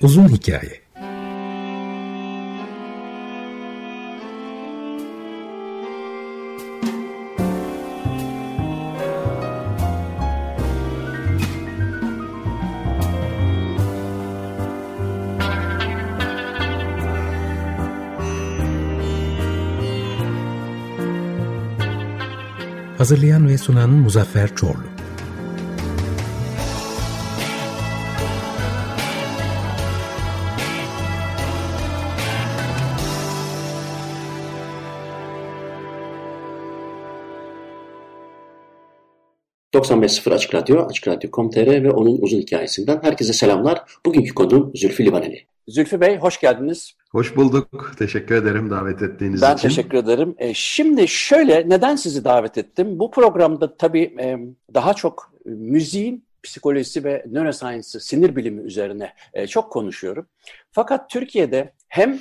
Uzun hikaye. Hazırlayan ve sunan Muzaffer Çorlu. ...95.0 Açık Radyo, Açık Radyo.com.tr ve onun uzun hikayesinden herkese selamlar. Bugünkü konuğum Zülfü Livaneli. Zülfü Bey, hoş geldiniz. Hoş bulduk. Teşekkür ederim davet ettiğiniz için. Ben teşekkür ederim. Şimdi şöyle, neden sizi davet ettim? Bu programda tabii daha çok müziğin psikolojisi ve neuroscience'ı, sinir bilimi üzerine çok konuşuyorum. Fakat Türkiye'de hem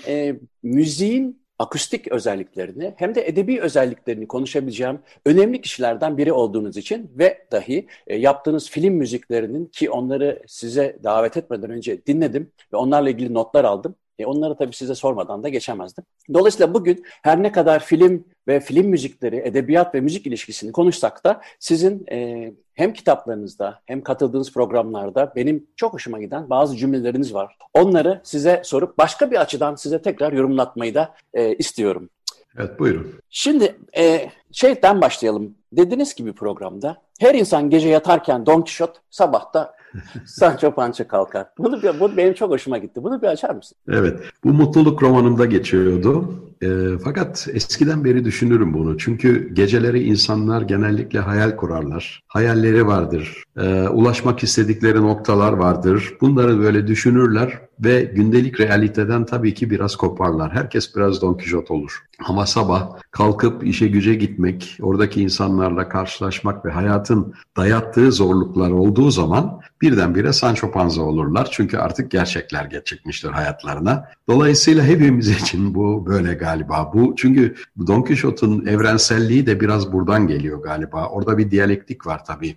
müziğin akustik özelliklerini hem de edebi özelliklerini konuşabileceğim önemli kişilerden biri olduğunuz için ve dahi yaptığınız film müziklerinin, ki onları size davet etmeden önce dinledim ve onlarla ilgili notlar aldım. Onları tabii size sormadan da geçemezdim. Dolayısıyla bugün her ne kadar film ve film müzikleri, edebiyat ve müzik ilişkisini konuşsak da sizin hem kitaplarınızda hem katıldığınız programlarda benim çok hoşuma giden bazı cümleleriniz var. Onları size sorup başka bir açıdan size tekrar yorumlatmayı da istiyorum. Evet, buyurun. Şimdi şeyden başlayalım. Dediniz ki bir programda her insan gece yatarken Don Kişot, sabah da Sancho Pança kalkar. Bu benim çok hoşuma gitti. Bunu bir açar mısın? Evet, bu mutluluk romanımda geçiyordu. Fakat eskiden beri düşünürüm bunu. Çünkü geceleri insanlar genellikle hayal kurarlar. Hayalleri vardır. Ulaşmak istedikleri noktalar vardır. Bunları böyle düşünürler ve gündelik realiteden tabii ki biraz koparlar. Herkes biraz Don Kişot olur. Ama sabah kalkıp işe güce gitmek, oradaki insanlarla karşılaşmak ve hayatın dayattığı zorluklar olduğu zaman birdenbire Sancho Panza olurlar. Çünkü artık gerçekler çıkmıştır hayatlarına. Dolayısıyla hepimiz için bu böyle galiba. Çünkü Don Kişot'un evrenselliği de biraz buradan geliyor galiba. Orada bir diyalektik var tabii.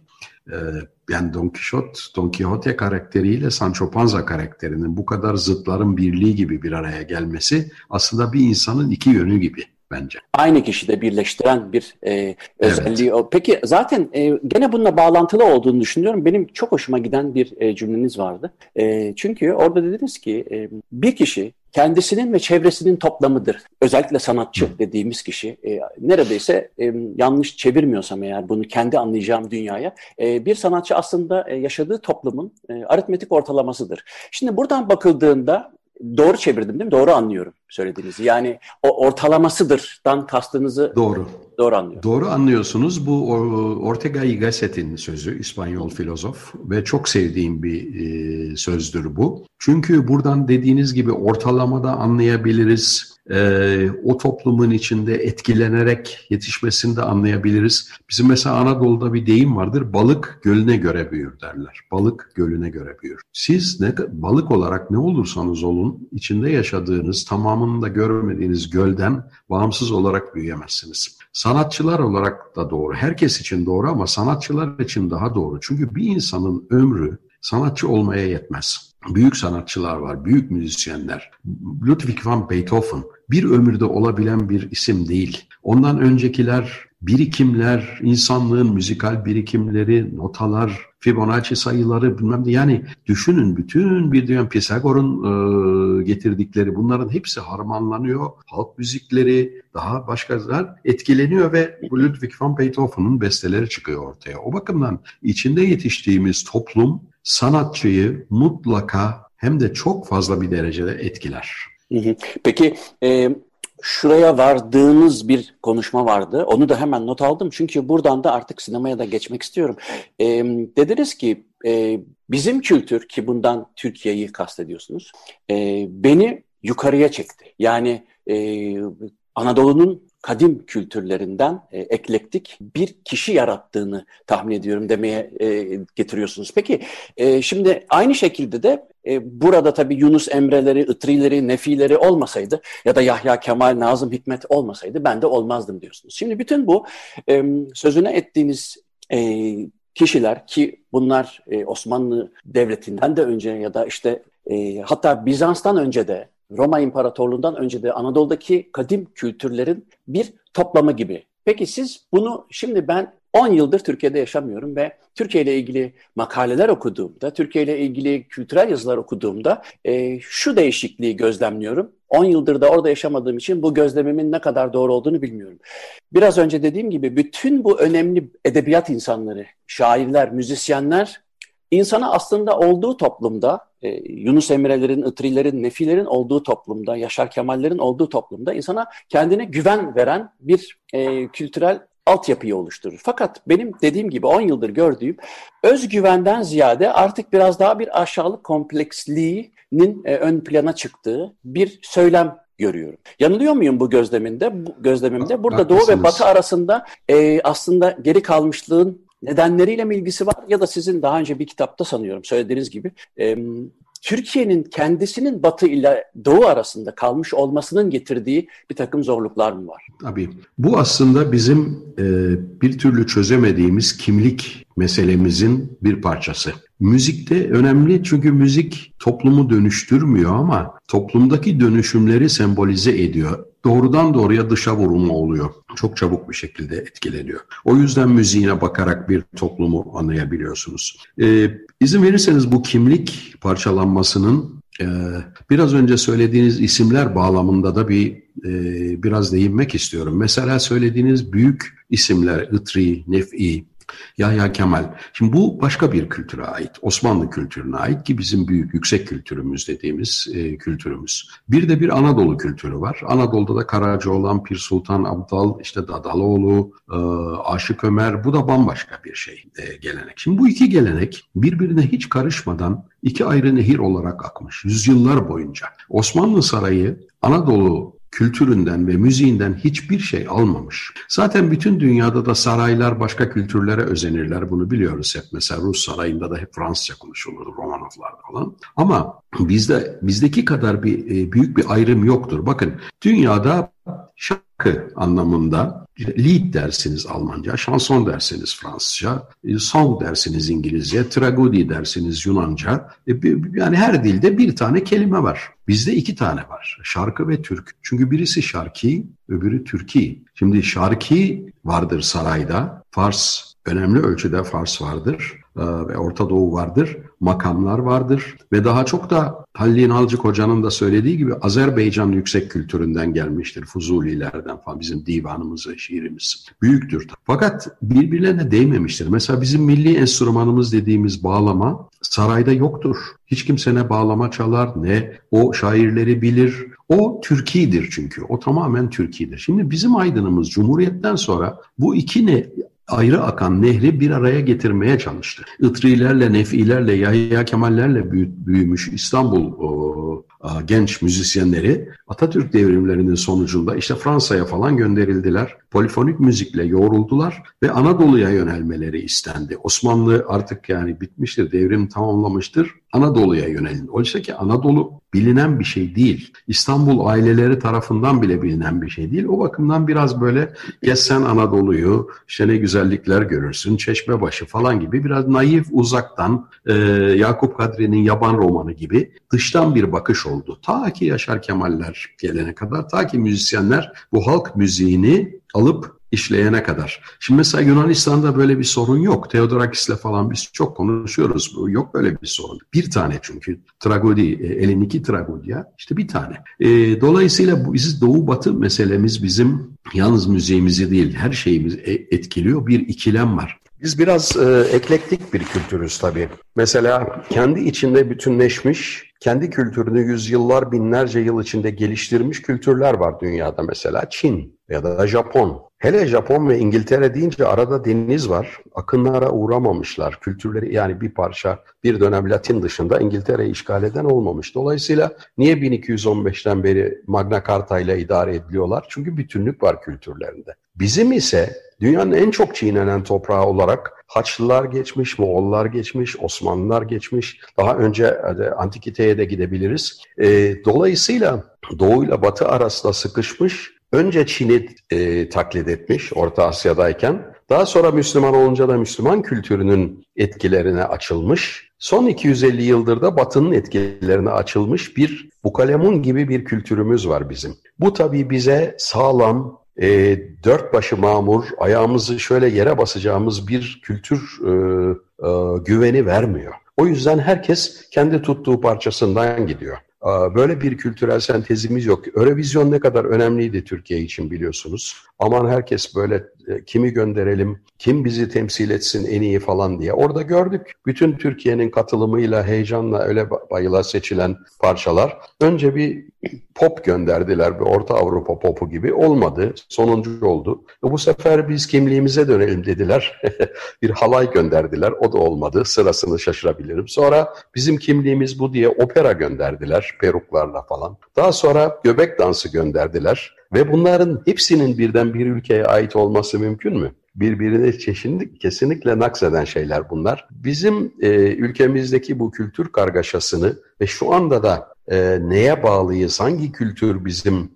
Yani Don Quixote karakteriyle Sancho Panza karakterinin bu kadar zıtların birliği gibi bir araya gelmesi aslında bir insanın iki yönü gibi bence. Aynı kişide birleştiren bir özelliği. Evet. Peki zaten gene bununla bağlantılı olduğunu düşünüyorum. Benim çok hoşuma giden bir cümleniz vardı. Çünkü orada dediniz ki bir kişi kendisinin ve çevresinin toplamıdır. Özellikle sanatçı dediğimiz kişi neredeyse yanlış çevirmiyorsam eğer bunu kendi anlayacağım dünyaya, bir sanatçı aslında yaşadığı toplumun aritmetik ortalamasıdır. Şimdi buradan bakıldığında doğru çevirdim değil mi? Doğru anlıyorum söylediğinizi. Yani o ortalamasıdırdan kastınızı doğru anlıyorum. Doğru anlıyorsunuz. Bu Ortega y Gasset'in sözü, İspanyol filozof ve çok sevdiğim bir sözdür bu. Çünkü buradan dediğiniz gibi ortalamada anlayabiliriz. O toplumun içinde etkilenerek yetişmesini de anlayabiliriz. Bizim mesela Anadolu'da bir deyim vardır. Balık gölüne göre büyür derler. Balık gölüne göre büyür. Siz balık olarak ne olursanız olun, içinde yaşadığınız, tamamını da görmediğiniz gölden bağımsız olarak büyüyemezsiniz. Sanatçılar olarak da doğru. Herkes için doğru ama sanatçılar için daha doğru. Çünkü bir insanın ömrü sanatçı olmaya yetmez. Büyük sanatçılar var, büyük müzisyenler. Ludwig van Beethoven bir ömürde olabilen bir isim değil. Ondan öncekiler, birikimler, insanlığın müzikal birikimleri, notalar, Fibonacci sayıları bilmem ne. Yani düşünün bütün bir dönem Pisagor'un getirdikleri bunların hepsi harmanlanıyor. Halk müzikleri, daha başkalar etkileniyor ve Ludwig van Beethoven'ın besteleri çıkıyor ortaya. O bakımdan içinde yetiştiğimiz toplum sanatçıyı mutlaka hem de çok fazla bir derecede etkiler. Peki şuraya vardığınız bir konuşma vardı. Onu da hemen not aldım. Çünkü buradan da artık sinemaya da geçmek istiyorum. Dediniz ki bizim kültür, ki bundan Türkiye'yi kastediyorsunuz, beni yukarıya çekti. Yani Anadolu'nun kadim kültürlerinden eklektik bir kişi yarattığını tahmin ediyorum demeye getiriyorsunuz. Peki şimdi aynı şekilde de burada tabii Yunus Emre'leri, Itri'leri, Nefi'leri olmasaydı ya da Yahya Kemal, Nazım Hikmet olmasaydı ben de olmazdım diyorsunuz. Şimdi bütün bu sözüne ettiğiniz kişiler, ki bunlar Osmanlı Devleti'nden de önce ya da işte hatta Bizans'tan önce de, Roma İmparatorluğu'ndan önce de Anadolu'daki kadim kültürlerin bir toplamı gibi. Peki siz bunu, şimdi ben 10 yıldır Türkiye'de yaşamıyorum ve Türkiye ile ilgili makaleler okuduğumda, Türkiye ile ilgili kültürel yazılar okuduğumda şu değişikliği gözlemliyorum. 10 yıldır da orada yaşamadığım için bu gözlemimin ne kadar doğru olduğunu bilmiyorum. Biraz önce dediğim gibi bütün bu önemli edebiyat insanları, şairler, müzisyenler insana aslında olduğu toplumda, Yunus Emre'lerin, Itri'lerin, Nefi'lerin olduğu toplumda, Yaşar Kemal'lerin olduğu toplumda insana kendine güven veren bir kültürel altyapıyı oluşturur. Fakat benim dediğim gibi 10 yıldır gördüğüm özgüvenden ziyade artık biraz daha bir aşağılık kompleksliğinin ön plana çıktığı bir söylem görüyorum. Yanılıyor muyum bu gözlemimde? Burada Doğu ve Batı arasında aslında geri kalmışlığın nedenleriyle mi ilgisi var ya da sizin daha önce bir kitapta sanıyorum söylediğiniz gibi Türkiye'nin kendisinin Batı ile Doğu arasında kalmış olmasının getirdiği bir takım zorluklar mı var? Tabii. Bu aslında bizim bir türlü çözemediğimiz kimlik meselemizin bir parçası. Müzikte önemli çünkü müzik toplumu dönüştürmüyor ama toplumdaki dönüşümleri sembolize ediyor. Doğrudan doğruya dışa vurulma oluyor. Çok çabuk bir şekilde etkileniyor. O yüzden müziğine bakarak bir toplumu anlayabiliyorsunuz. İzin verirseniz bu kimlik parçalanmasının biraz önce söylediğiniz isimler bağlamında da biraz değinmek istiyorum. Mesela söylediğiniz büyük isimler Itri, Nefi, Yahya Kemal. Şimdi bu başka bir kültüre ait. Osmanlı kültürüne ait ki bizim büyük yüksek kültürümüz dediğimiz kültürümüz. Bir de bir Anadolu kültürü var. Anadolu'da da Karacaoğlan, Pir Sultan Abdal, işte Dadaloğlu, Aşık Ömer. Bu da bambaşka bir gelenek. Şimdi bu iki gelenek birbirine hiç karışmadan iki ayrı nehir olarak akmış. Yüzyıllar boyunca. Osmanlı Sarayı Anadolu kültüründen ve müziğinden hiçbir şey almamış. Zaten bütün dünyada da saraylar başka kültürlere özenirler. Bunu biliyoruz hep. Mesela Rus sarayında da hep Fransızca konuşulurdu, Romanovlarda falan. Ama bizdeki kadar büyük bir ayrım yoktur. Bakın dünyada şarkı anlamında lied dersiniz Almanca, şanson dersiniz Fransızca, song dersiniz İngilizce, tragedi dersiniz Yunanca. Yani her dilde bir tane kelime var. Bizde iki tane var. Şarkı ve türkü. Çünkü birisi şarki, öbürü türki. Şimdi şarki vardır sarayda. Fars, önemli ölçüde Fars vardır. Ve Orta Doğu vardır. Makamlar vardır. Ve daha çok da Halil İnalcık Hoca'nın da söylediği gibi Azerbaycan yüksek kültüründen gelmiştir. Fuzulilerden falan bizim divanımız ve şiirimiz büyüktür. Fakat birbirlerine değmemiştir. Mesela bizim milli enstrümanımız dediğimiz bağlama sarayda yoktur. Hiç kimse ne bağlama çalar ne o şairleri bilir. O Türkiye'dir çünkü. O tamamen Türkiye'dir. Şimdi bizim aydınımız Cumhuriyet'ten sonra bu iki ayrı akan nehri bir araya getirmeye çalıştı. Itrilerle, Nefilerle, Yahya Kemallerle büyümüş İstanbul genç müzisyenleri Atatürk devrimlerinin sonucunda işte Fransa'ya falan gönderildiler. Polifonik müzikle yoğruldular ve Anadolu'ya yönelmeleri istendi. Osmanlı artık yani bitmiştir, devrim tamamlamıştır. Anadolu'ya yönelin. Oysa ki Anadolu bilinen bir şey değil. İstanbul aileleri tarafından bile bilinen bir şey değil. O bakımdan biraz böyle gezsen Anadolu'yu, işte ne güzellikler görürsün, Çeşmebaşı falan gibi biraz naif uzaktan Yakup Kadri'nin Yaban romanı gibi dıştan bir bakış oldu. Ta ki Yaşar Kemaller gelene kadar, ta ki müzisyenler bu halk müziğini alıp işleyene kadar. Şimdi mesela Yunanistan'da böyle bir sorun yok. Theodorakis'le falan biz çok konuşuyoruz. Yok böyle bir sorun. Bir tane çünkü tragedi, Eliniki tragedya işte bir tane. Dolayısıyla biz Doğu Batı meselemiz bizim yalnız müziğimizi değil her şeyimizi etkiliyor. Bir ikilem var. Biz biraz eklektik bir kültürüz tabii. Mesela kendi içinde bütünleşmiş, kendi kültürünü yüzyıllar, binlerce yıl içinde geliştirmiş kültürler var dünyada mesela. Çin ya da Japon. Hele Japon ve İngiltere deyince arada deniz var. Akınlara uğramamışlar. Kültürleri yani bir parça bir dönem Latin dışında İngiltere'yi işgal eden olmamış. Dolayısıyla niye 1215'ten beri Magna Carta ile idare ediliyorlar? Çünkü bütünlük var kültürlerinde. Bizim ise dünyanın en çok çiğnenen toprağı olarak Haçlılar geçmiş, Moğollar geçmiş, Osmanlılar geçmiş. Daha önce Antikite'ye de gidebiliriz. Dolayısıyla Doğu ile Batı arasında sıkışmış. Önce Çin'i taklit etmiş Orta Asya'dayken. Daha sonra Müslüman olunca da Müslüman kültürünün etkilerine açılmış. Son 250 yıldır da Batı'nın etkilerine açılmış bir bukalemun gibi bir kültürümüz var bizim. Bu tabii bize sağlam, dört başı mamur, ayağımızı şöyle yere basacağımız bir kültür güveni vermiyor. O yüzden herkes kendi tuttuğu parçasından gidiyor. Böyle bir kültürel sentezimiz yok. Eurovision ne kadar önemliydi Türkiye için biliyorsunuz. Aman herkes böyle kimi gönderelim, kim bizi temsil etsin en iyi falan diye. Orada gördük bütün Türkiye'nin katılımıyla, heyecanla öyle bayıla seçilen parçalar. Önce bir pop gönderdiler, bir Orta Avrupa popu gibi olmadı. Sonuncu oldu. Bu sefer biz kimliğimize dönelim dediler. Bir halay gönderdiler, o da olmadı. Sırasını şaşırabilirim. Sonra bizim kimliğimiz bu diye opera gönderdiler, peruklarla falan. Daha sonra göbek dansı gönderdiler. Ve bunların hepsinin birden bir ülkeye ait olması mümkün mü? Birbirine kesinlikle nakseden şeyler bunlar. Bizim ülkemizdeki bu kültür kargaşasını ve şu anda da neye bağlıyız, hangi kültür bizim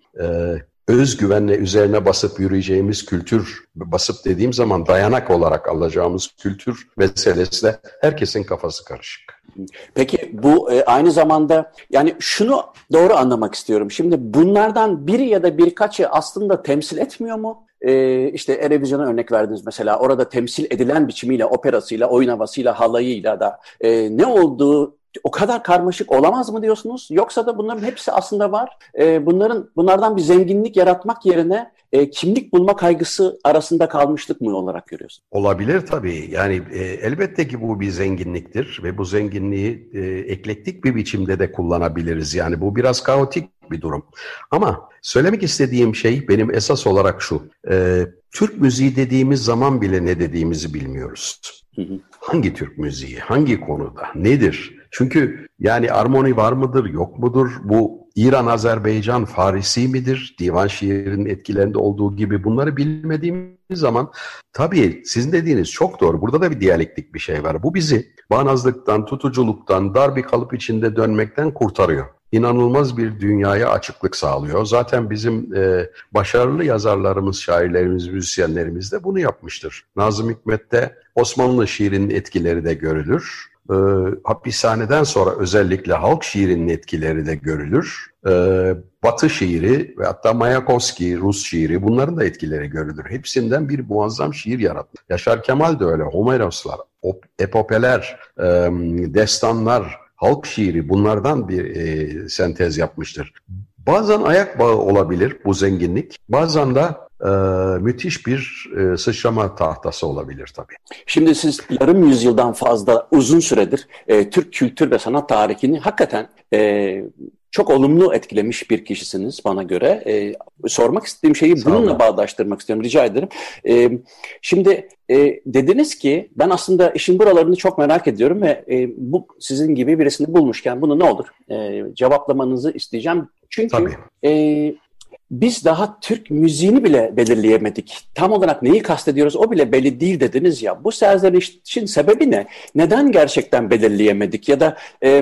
özgüvenle üzerine basıp yürüyeceğimiz kültür, basıp dediğim zaman dayanak olarak alacağımız kültür meselesiyle herkesin kafası karışık. Peki bu aynı zamanda yani şunu doğru anlamak istiyorum. Şimdi bunlardan biri ya da birkaçı aslında temsil etmiyor mu? İşte Eurovision'a örnek verdiniz mesela. Orada temsil edilen biçimiyle, operasıyla, oyun havasıyla, halayıyla da ne olduğu o kadar karmaşık olamaz mı diyorsunuz? Yoksa da bunların hepsi aslında var. Bunlardan bir zenginlik yaratmak yerine kimlik bulma kaygısı arasında kalmışlık mı olarak görüyorsun? Olabilir tabii. Yani elbette ki bu bir zenginliktir ve bu zenginliği eklektik bir biçimde de kullanabiliriz. Yani bu biraz kaotik bir durum. Ama söylemek istediğim şey benim esas olarak şu. Türk müziği dediğimiz zaman bile ne dediğimizi bilmiyoruz. Hangi Türk müziği, hangi konuda, nedir? Çünkü yani armoni var mıdır, yok mudur? Bu İran, Azerbaycan, Farisi midir? Divan şiirinin etkilerinde olduğu gibi bunları bilmediğimiz zaman tabii sizin dediğiniz çok doğru. Burada da bir diyalektik bir şey var. Bu bizi bağnazlıktan, tutuculuktan, dar bir kalıp içinde dönmekten kurtarıyor. İnanılmaz bir dünyaya açıklık sağlıyor. Zaten bizim başarılı yazarlarımız, şairlerimiz, müzisyenlerimiz de bunu yapmıştır. Nazım Hikmet'te Osmanlı şiirinin etkileri de görülür. Hapishaneden sonra özellikle halk şiirinin etkileri de görülür. Batı şiiri ve hatta Mayakovski, Rus şiiri bunların da etkileri görülür. Hepsinden bir muazzam şiir yarattı. Yaşar Kemal de öyle. Homeroslar, epopeler, destanlar, halk şiiri bunlardan bir sentez yapmıştır. Bazen ayak bağı olabilir bu zenginlik. Bazen de müthiş bir sıçrama tahtası olabilir tabii. Şimdi siz yarım yüzyıldan fazla uzun süredir Türk kültür ve sanat tarihini hakikaten çok olumlu etkilemiş bir kişisiniz bana göre. Sormak istediğim şeyi bununla bağdaştırmak istiyorum. Rica ederim. Şimdi dediniz ki ben aslında işin buralarını çok merak ediyorum ve bu sizin gibi birisini bulmuşken bunu ne olur cevaplamanızı isteyeceğim. Çünkü biz daha Türk müziğini bile belirleyemedik. Tam olarak neyi kastediyoruz o bile belli değil dediniz ya. Bu serzenişin sebebi ne? Neden gerçekten belirleyemedik? Ya da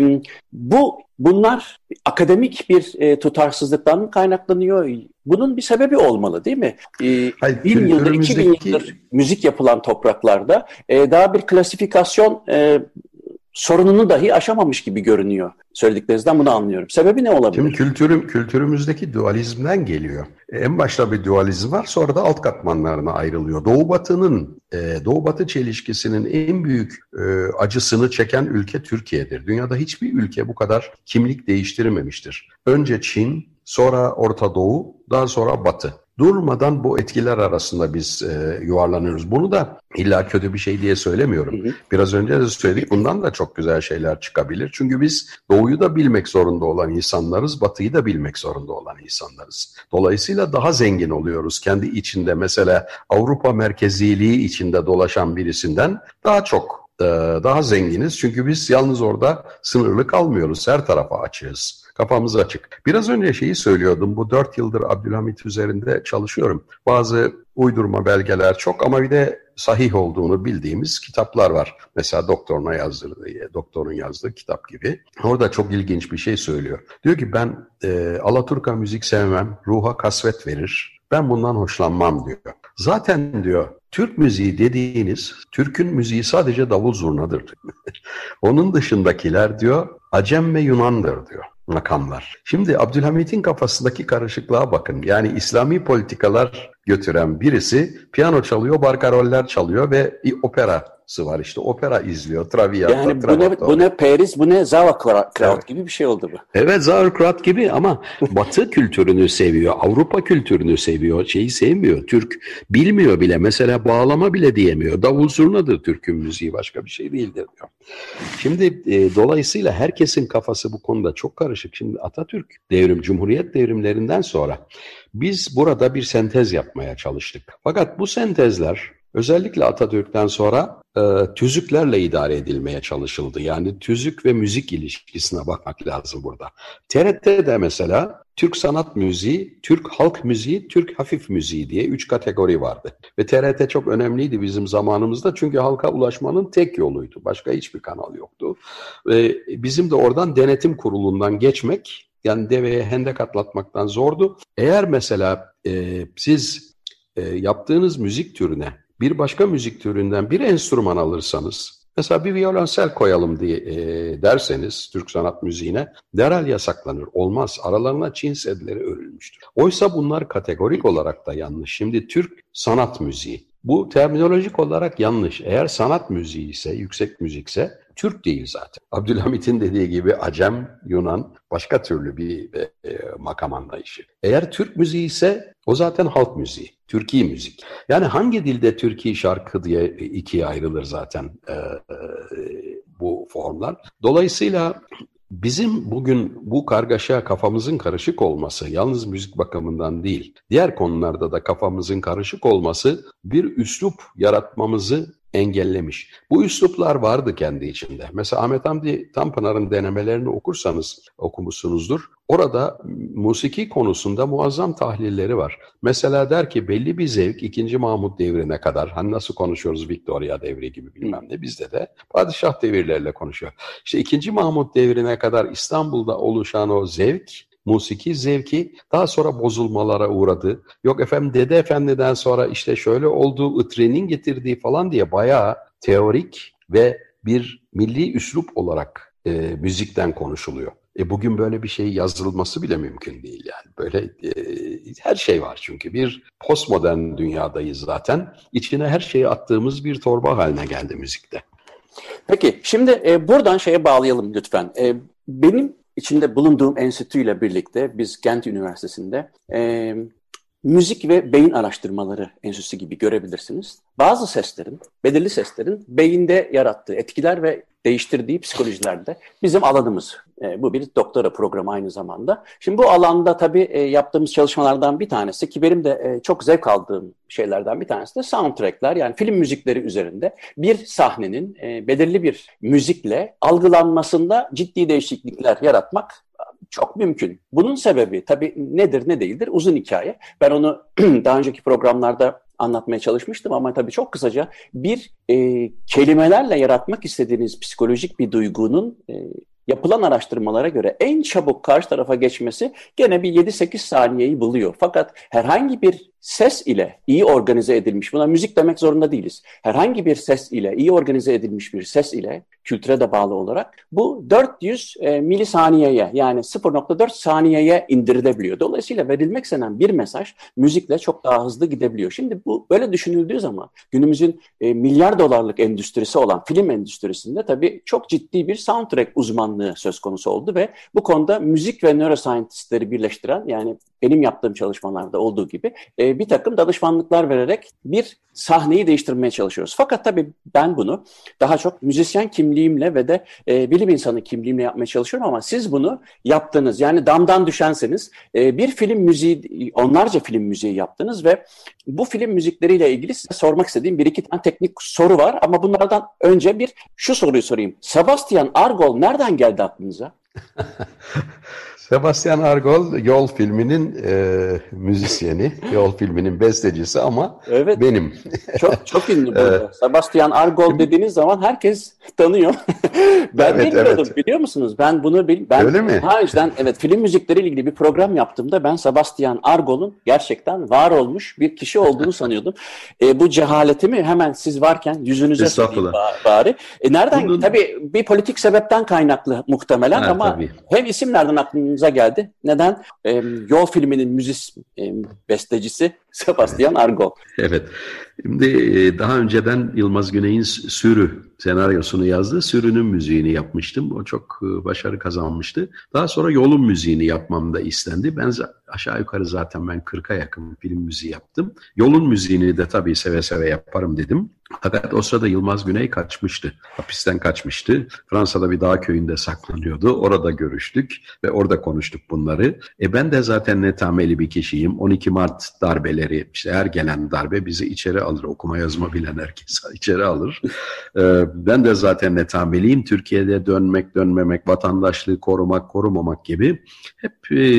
bunlar akademik bir tutarsızlıktan mı kaynaklanıyor? Bunun bir sebebi olmalı değil mi? 1000 yıldır, 2000 yıldır müzik yapılan topraklarda daha bir klasifikasyon sorununu dahi aşamamış gibi görünüyor. Söylediklerinizden bunu anlıyorum. Sebebi ne olabilir? Şimdi kültürümüzdeki dualizmden geliyor. En başta bir dualizm var, sonra da alt katmanlarına ayrılıyor. Doğu Batı çelişkisinin en büyük acısını çeken ülke Türkiye'dir. Dünyada hiçbir ülke bu kadar kimlik değiştirmemiştir. Önce Çin, sonra Orta Doğu, daha sonra Batı. Durmadan bu etkiler arasında biz yuvarlanıyoruz. Bunu da illa kötü bir şey diye söylemiyorum. Biraz önce de söyledik, bundan da çok güzel şeyler çıkabilir. Çünkü biz Doğu'yu da bilmek zorunda olan insanlarız, Batı'yı da bilmek zorunda olan insanlarız. Dolayısıyla daha zengin oluyoruz. Kendi içinde mesela Avrupa merkeziliği içinde dolaşan birisinden daha zenginiz. Çünkü biz yalnız orada sınırlı kalmıyoruz. Her tarafa açığız. Kafamız açık. Biraz önce şeyi söylüyordum. Bu 4 yıldır Abdülhamit üzerinde çalışıyorum. Bazı uydurma belgeler çok ama bir de sahih olduğunu bildiğimiz kitaplar var. Mesela doktorun yazdığı kitap gibi. Orada çok ilginç bir şey söylüyor. Diyor ki ben Alaturka müzik sevmem. Ruha kasvet verir. Ben bundan hoşlanmam diyor. Zaten diyor Türk müziği dediğiniz, Türk'ün müziği sadece davul zurnadır. Onun dışındakiler diyor, Acem ve Yunan'dır diyor makamlar. Şimdi Abdülhamit'in kafasındaki karışıklığa bakın. Yani İslami politikalar götüren birisi piyano çalıyor, barkaroller çalıyor ve operası var işte. Opera izliyor, Traviata, yani bu ne Paris, bu ne Sauerkraut gibi bir şey oldu bu. Evet, Sauerkraut gibi ama Batı kültürünü seviyor, Avrupa kültürünü seviyor, şeyi sevmiyor. Türk bilmiyor bile, mesela bağlama bile diyemiyor. Davul zurnadır Türk'ün müziği, başka bir şey değildir diyor. Şimdi dolayısıyla herkesin kafası bu konuda çok karışık. Şimdi Atatürk Cumhuriyet devrimlerinden sonra biz burada bir sentez yapmaya çalıştık. Fakat bu sentezler özellikle Atatürk'ten sonra tüzüklerle idare edilmeye çalışıldı. Yani tüzük ve müzik ilişkisine bakmak lazım burada. TRT'de mesela Türk sanat müziği, Türk halk müziği, Türk hafif müziği diye 3 kategori vardı. Ve TRT çok önemliydi bizim zamanımızda çünkü halka ulaşmanın tek yoluydu. Başka hiçbir kanal yoktu. Bizim de oradan denetim kurulundan geçmek, yani deveye hendek atlatmaktan zordu. Eğer mesela siz yaptığınız müzik türüne bir başka müzik türünden bir enstrüman alırsanız, mesela bir violonsel koyalım diye derseniz Türk sanat müziğine derhal yasaklanır. Olmaz. Aralarına Çin sedleri örülmüştür. Oysa bunlar kategorik olarak da yanlış. Şimdi Türk sanat müziği. Bu terminolojik olarak yanlış. Eğer sanat müziği ise, yüksek müzikse Türk değil zaten. Abdülhamit'in dediği gibi Acem, Yunan başka türlü bir makam anlayışı. Eğer Türk müziği ise o zaten halk müziği, Türki müzik. Yani hangi dilde Türki şarkı diye ikiye ayrılır zaten bu formlar. Dolayısıyla bizim bugün bu kargaşa, kafamızın karışık olması yalnız müzik bakımından değil, diğer konularda da kafamızın karışık olması bir üslup yaratmamızı engellemiş. Bu üsluplar vardı kendi içinde. Mesela Ahmet Hamdi Tanpınar'ın denemelerini okumuşsunuzdur. Orada musiki konusunda muazzam tahlilleri var. Mesela der ki belli bir zevk 2. Mahmut devrine kadar, hani nasıl konuşuyoruz Victoria devri gibi bilmem ne, bizde de padişah devirlerle konuşuyor. İşte 2. Mahmut devrine kadar İstanbul'da oluşan o zevk, musiki zevki daha sonra bozulmalara uğradı. Yok efendim Dede Efendi'den sonra işte şöyle oldu, Itre'nin getirdiği falan diye bayağı teorik ve bir milli üslup olarak müzikten konuşuluyor. Bugün böyle bir şey yazılması bile mümkün değil yani. Böyle her şey var çünkü bir postmodern dünyadayız zaten. İçine her şeyi attığımız bir torba haline geldi müzikte. Peki şimdi buradan şeye bağlayalım lütfen. Benim içinde bulunduğum enstitüyle birlikte biz Gent Üniversitesi'nde Müzik ve Beyin Araştırmaları Enstitüsü gibi görebilirsiniz. Bazı seslerin, belirli seslerin beyinde yarattığı etkiler ve değiştirdiği psikolojilerde bizim alanımız. Bu bir doktora programı aynı zamanda. Şimdi bu alanda tabii yaptığımız çalışmalardan bir tanesi ki benim de çok zevk aldığım şeylerden bir tanesi de soundtrackler, yani film müzikleri üzerinde bir sahnenin belirli bir müzikle algılanmasında ciddi değişiklikler yaratmak çok mümkün. Bunun sebebi tabii nedir ne değildir uzun hikaye. Ben onu daha önceki programlarda anlatmaya çalışmıştım ama tabii çok kısaca bir kelimelerle yaratmak istediğiniz psikolojik bir duygunun yapılan araştırmalara göre en çabuk karşı tarafa geçmesi gene bir 7-8 saniyeyi buluyor. Fakat herhangi bir ses ile iyi organize edilmiş, buna müzik demek zorunda değiliz. Herhangi bir ses ile, iyi organize edilmiş bir ses ile, kültüre de bağlı olarak bu 400 milisaniyeye yani 0.4 saniyeye indirilebiliyor. Dolayısıyla verilmek istenen bir mesaj müzikle çok daha hızlı gidebiliyor. Şimdi bu böyle düşünüldüğü zaman günümüzün milyar dolarlık endüstrisi olan film endüstrisinde tabii çok ciddi bir soundtrack uzmanlığı söz konusu oldu ve bu konuda müzik ve neuroscientistleri birleştiren, yani benim yaptığım çalışmalarda olduğu gibi bir takım danışmanlıklar vererek bir sahneyi değiştirmeye çalışıyoruz. Fakat tabii ben bunu daha çok müzisyen kimliğimle ve de bilim insanı kimliğimle yapmaya çalışıyorum ama siz bunu yaptınız. Yani damdan düşenseniz bir film müziği, onlarca film müziği yaptınız ve bu film müzikleriyle ilgili size sormak istediğim bir iki tane teknik soru var ama bunlardan önce şu soruyu sorayım. Sebastian Argol nereden geldi aklınıza? Sebastian Argol Yol filminin müzisyeni, Yol filminin bestecisi ama evet, benim. Çok ünlü burada. Sebastian Argol dediğiniz zaman herkes tanıyor. Ben bilmiyordum, biliyor musunuz? Ben bunu Öyle mi? Daha önceden film müzikleriyle ilgili bir program yaptığımda ben Sebastian Argol'un gerçekten var olmuş bir kişi olduğunu sanıyordum. Bu cehaletimi hemen siz varken yüzünüze söyleyeyim bari. Nereden? Tabii bir politik sebepten kaynaklı muhtemelen ama tabii. Hem isim nereden aklınıza geldi? Neden? Yol filminin bestecisi Sebastian Argol. Evet. Şimdi daha önceden Yılmaz Güney'in Sürü senaryosunu yazdı. Sürü'nün müziğini yapmıştım. O çok başarı kazanmıştı. Daha sonra Yol'un müziğini yapmam da istendi. Ben aşağı yukarı zaten 40'a yakın film müziği yaptım. Yol'un müziğini de tabii seve seve yaparım dedim. Fakat o sırada Yılmaz Güney kaçmıştı. Hapisten kaçmıştı. Fransa'da bir dağ köyünde saklanıyordu. Orada görüştük ve orada konuştuk bunları. Ben de zaten netameli bir kişiyim. 12 Mart darbeleri, işte her gelen darbe bizi içeri alır. Okuma yazma bilen herkes içeri alır. Ben de zaten netameliyim. Türkiye'de dönmek, dönmemek, vatandaşlığı korumak, korumamak gibi hep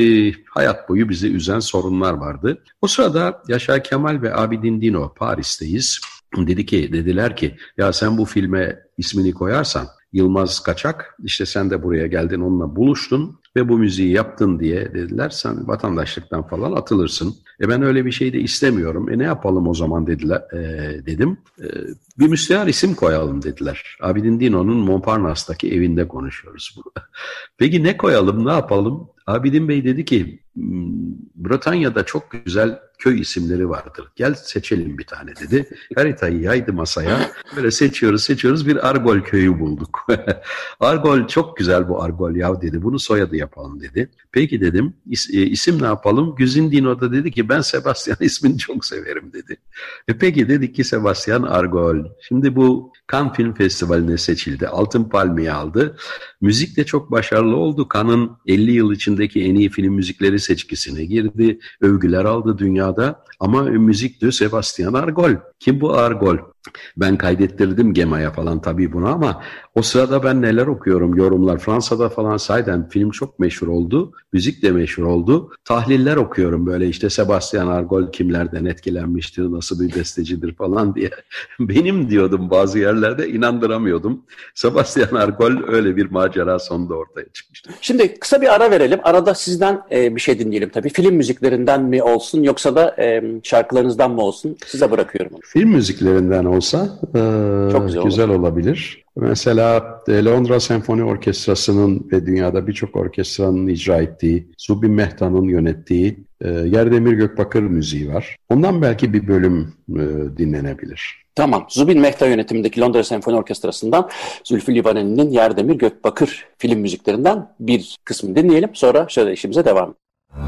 hayat boyu bizi üzen sorunlar vardı. O sırada Yaşar Kemal ve Abidin Dino Paris'teyiz. Dediler ki ya sen bu filme ismini koyarsan Yılmaz kaçak, işte sen de buraya geldin onunla buluştun ve bu müziği yaptın diye dediler, sen vatandaşlıktan falan atılırsın. Ben öyle bir şey de istemiyorum. Ne yapalım o zaman dediler, dedim. Bir müstehar isim koyalım dediler. Abidin Dino'nun Montparnasse'daki evinde konuşuyoruz burada. Peki ne koyalım, ne yapalım? Abidin Bey dedi ki Britanya'da çok güzel köy isimleri vardır. Gel seçelim bir tane dedi. Haritayı yaydı masaya. Böyle seçiyoruz. Bir Argol köyü bulduk. Argol çok güzel bu Argol ya dedi. Bunu soyadı yapalım dedi. Peki dedim. İsim ne yapalım? Güzin Dino da dedi ki ben Sebastian ismini çok severim dedi. Peki dedik ki Sebastian Argol. Şimdi bu Cannes Film Festivali'ne seçildi. Altın Palmiye aldı. Müzik de çok başarılı oldu. Cannes'ın 50 yıl içindeki en iyi film müzikleri seçkisine girdi. Övgüler aldı dünyada. Ama müzik de Sebastian Argol. Kim bu Argol? Ben kaydettirdim Gema'ya falan tabii bunu ama o sırada ben neler okuyorum, yorumlar. Fransa'da falan sayeden film çok meşhur oldu. Müzik de meşhur oldu. Tahliller okuyorum böyle işte Sebastian Argol kimlerden etkilenmiştir, nasıl bir bestecidir falan diye. Benim diyordum bazı yerlerde, inandıramıyordum. Sebastian Argol öyle bir macera sonunda ortaya çıkmıştı. Şimdi kısa bir ara verelim. Arada sizden bir şey dinleyelim tabii. Film müziklerinden mi olsun yoksa da şarkılarınızdan mı olsun? Size bırakıyorum onu. Film müziklerinden olsa çok güzel olabilir. Mesela Londra Senfoni Orkestrası'nın ve dünyada birçok orkestranın icra ettiği, Zubin Mehta'nın yönettiği Yerdemir Gökbakır müziği var. Ondan belki bir bölüm dinlenebilir. Tamam. Zubin Mehta yönetimindeki Londra Senfoni Orkestrası'ndan Zülfü Livaneli'nin Yerdemir Gökbakır film müziklerinden bir kısmını dinleyelim. Sonra söyleşimize devam edelim.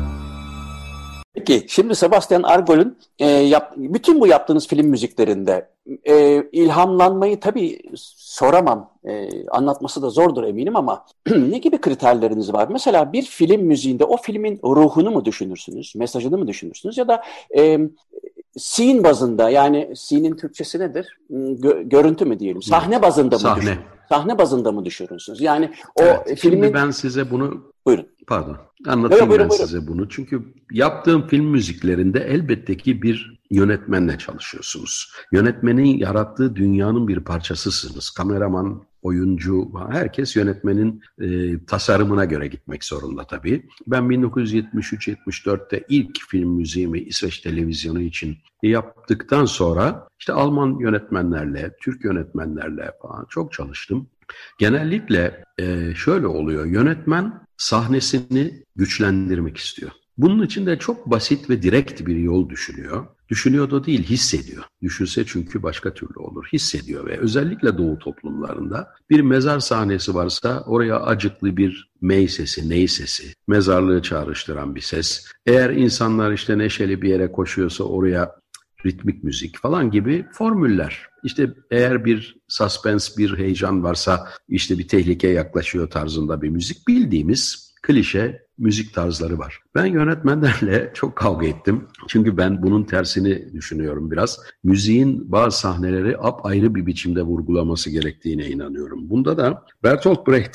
Peki, şimdi Sebastian Argol'ün bütün bu yaptığınız film müziklerinde ilhamlanmayı tabii soramam. Anlatması da zordur eminim ama ne gibi kriterleriniz var? Mesela bir film müziğinde o filmin ruhunu mu düşünürsünüz, mesajını mı düşünürsünüz ya da scene bazında, yani scene'in Türkçesi nedir? Görüntü mü diyelim? Sahne bazında mı düşünürsünüz? Sahne bazında mı düşünürsünüz? Yani o filmin... Şimdi ben size bunu... Buyurun. Pardon. Anlatayım buyurun. Size bunu. Çünkü yaptığım film müziklerinde elbette ki bir yönetmenle çalışıyorsunuz. Yönetmenin yarattığı dünyanın bir parçasısınız. Kameraman, oyuncu, herkes yönetmenin tasarımına göre gitmek zorunda tabii. Ben 1973-74'te ilk film müziğimi İsveç televizyonu için yaptıktan sonra işte Alman yönetmenlerle, Türk yönetmenlerle falan çok çalıştım. Genellikle şöyle oluyor, yönetmen sahnesini güçlendirmek istiyor. Bunun için de çok basit ve direkt bir yol düşünüyor. Düşünüyor da değil, hissediyor. Düşünse çünkü başka türlü olur. Hissediyor ve özellikle Doğu toplumlarında bir mezar sahnesi varsa oraya acıklı bir mey sesi, ney sesi, mezarlığı çağrıştıran bir ses. Eğer insanlar işte neşeli bir yere koşuyorsa oraya ritmik müzik falan gibi formüller. İşte eğer bir suspense, bir heyecan varsa işte bir tehlike yaklaşıyor tarzında bir müzik, bildiğimiz klişe müzik tarzları var. Ben yönetmenlerle çok kavga ettim. Çünkü ben bunun tersini düşünüyorum biraz. Müziğin bazı sahneleri apayrı bir biçimde vurgulaması gerektiğine inanıyorum. Bunda da Bertolt Brecht'in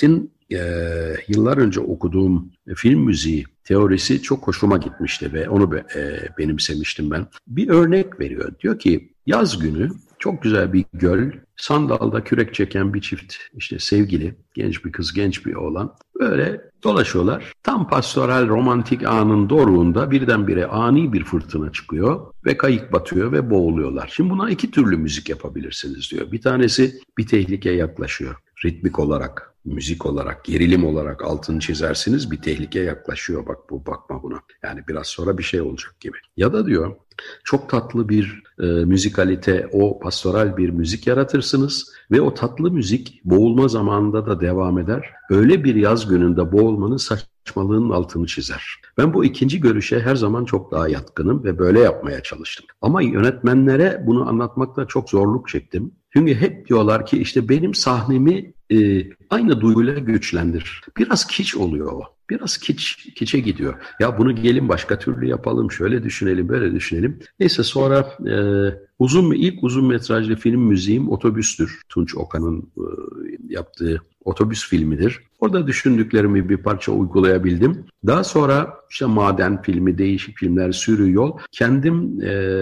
yıllar önce okuduğum film müziği teorisi çok hoşuma gitmişti ve onu benimsemiştim ben. Bir örnek veriyor. Diyor ki yaz günü çok güzel bir göl, sandalda kürek çeken bir çift işte sevgili, genç bir kız, genç bir oğlan böyle dolaşıyorlar. Tam pastoral romantik anın doruğunda birdenbire ani bir fırtına çıkıyor ve kayık batıyor ve boğuluyorlar. Şimdi buna iki türlü müzik yapabilirsiniz diyor. Bir tanesi bir tehlikeye yaklaşıyor. Ritmik olarak, müzik olarak, gerilim olarak altını çizersiniz, bir tehlike yaklaşıyor, bakma buna. Yani biraz sonra bir şey olacak gibi. Ya da diyor çok tatlı bir müzikalite, o pastoral bir müzik yaratırsınız ve o tatlı müzik boğulma zamanında da devam eder. Öyle bir yaz gününde boğulmanın saçmalığının altını çizer. Ben bu ikinci görüşe her zaman çok daha yatkınım ve böyle yapmaya çalıştım. Ama yönetmenlere bunu anlatmakta çok zorluk çektim. Çünkü hep diyorlar ki işte benim sahnemi aynı duyguyla güçlendir. Biraz kiç oluyor o. Biraz kiçe gidiyor. Ya bunu gelin başka türlü yapalım, şöyle düşünelim, böyle düşünelim. Neyse sonra ilk uzun metrajlı film müziğim Otobüs'tür. Tunç Okan'ın yaptığı otobüs filmidir. Orada düşündüklerimi bir parça uygulayabildim. Daha sonra işte Maden filmi, değişik filmler, Sürü Yol. Kendim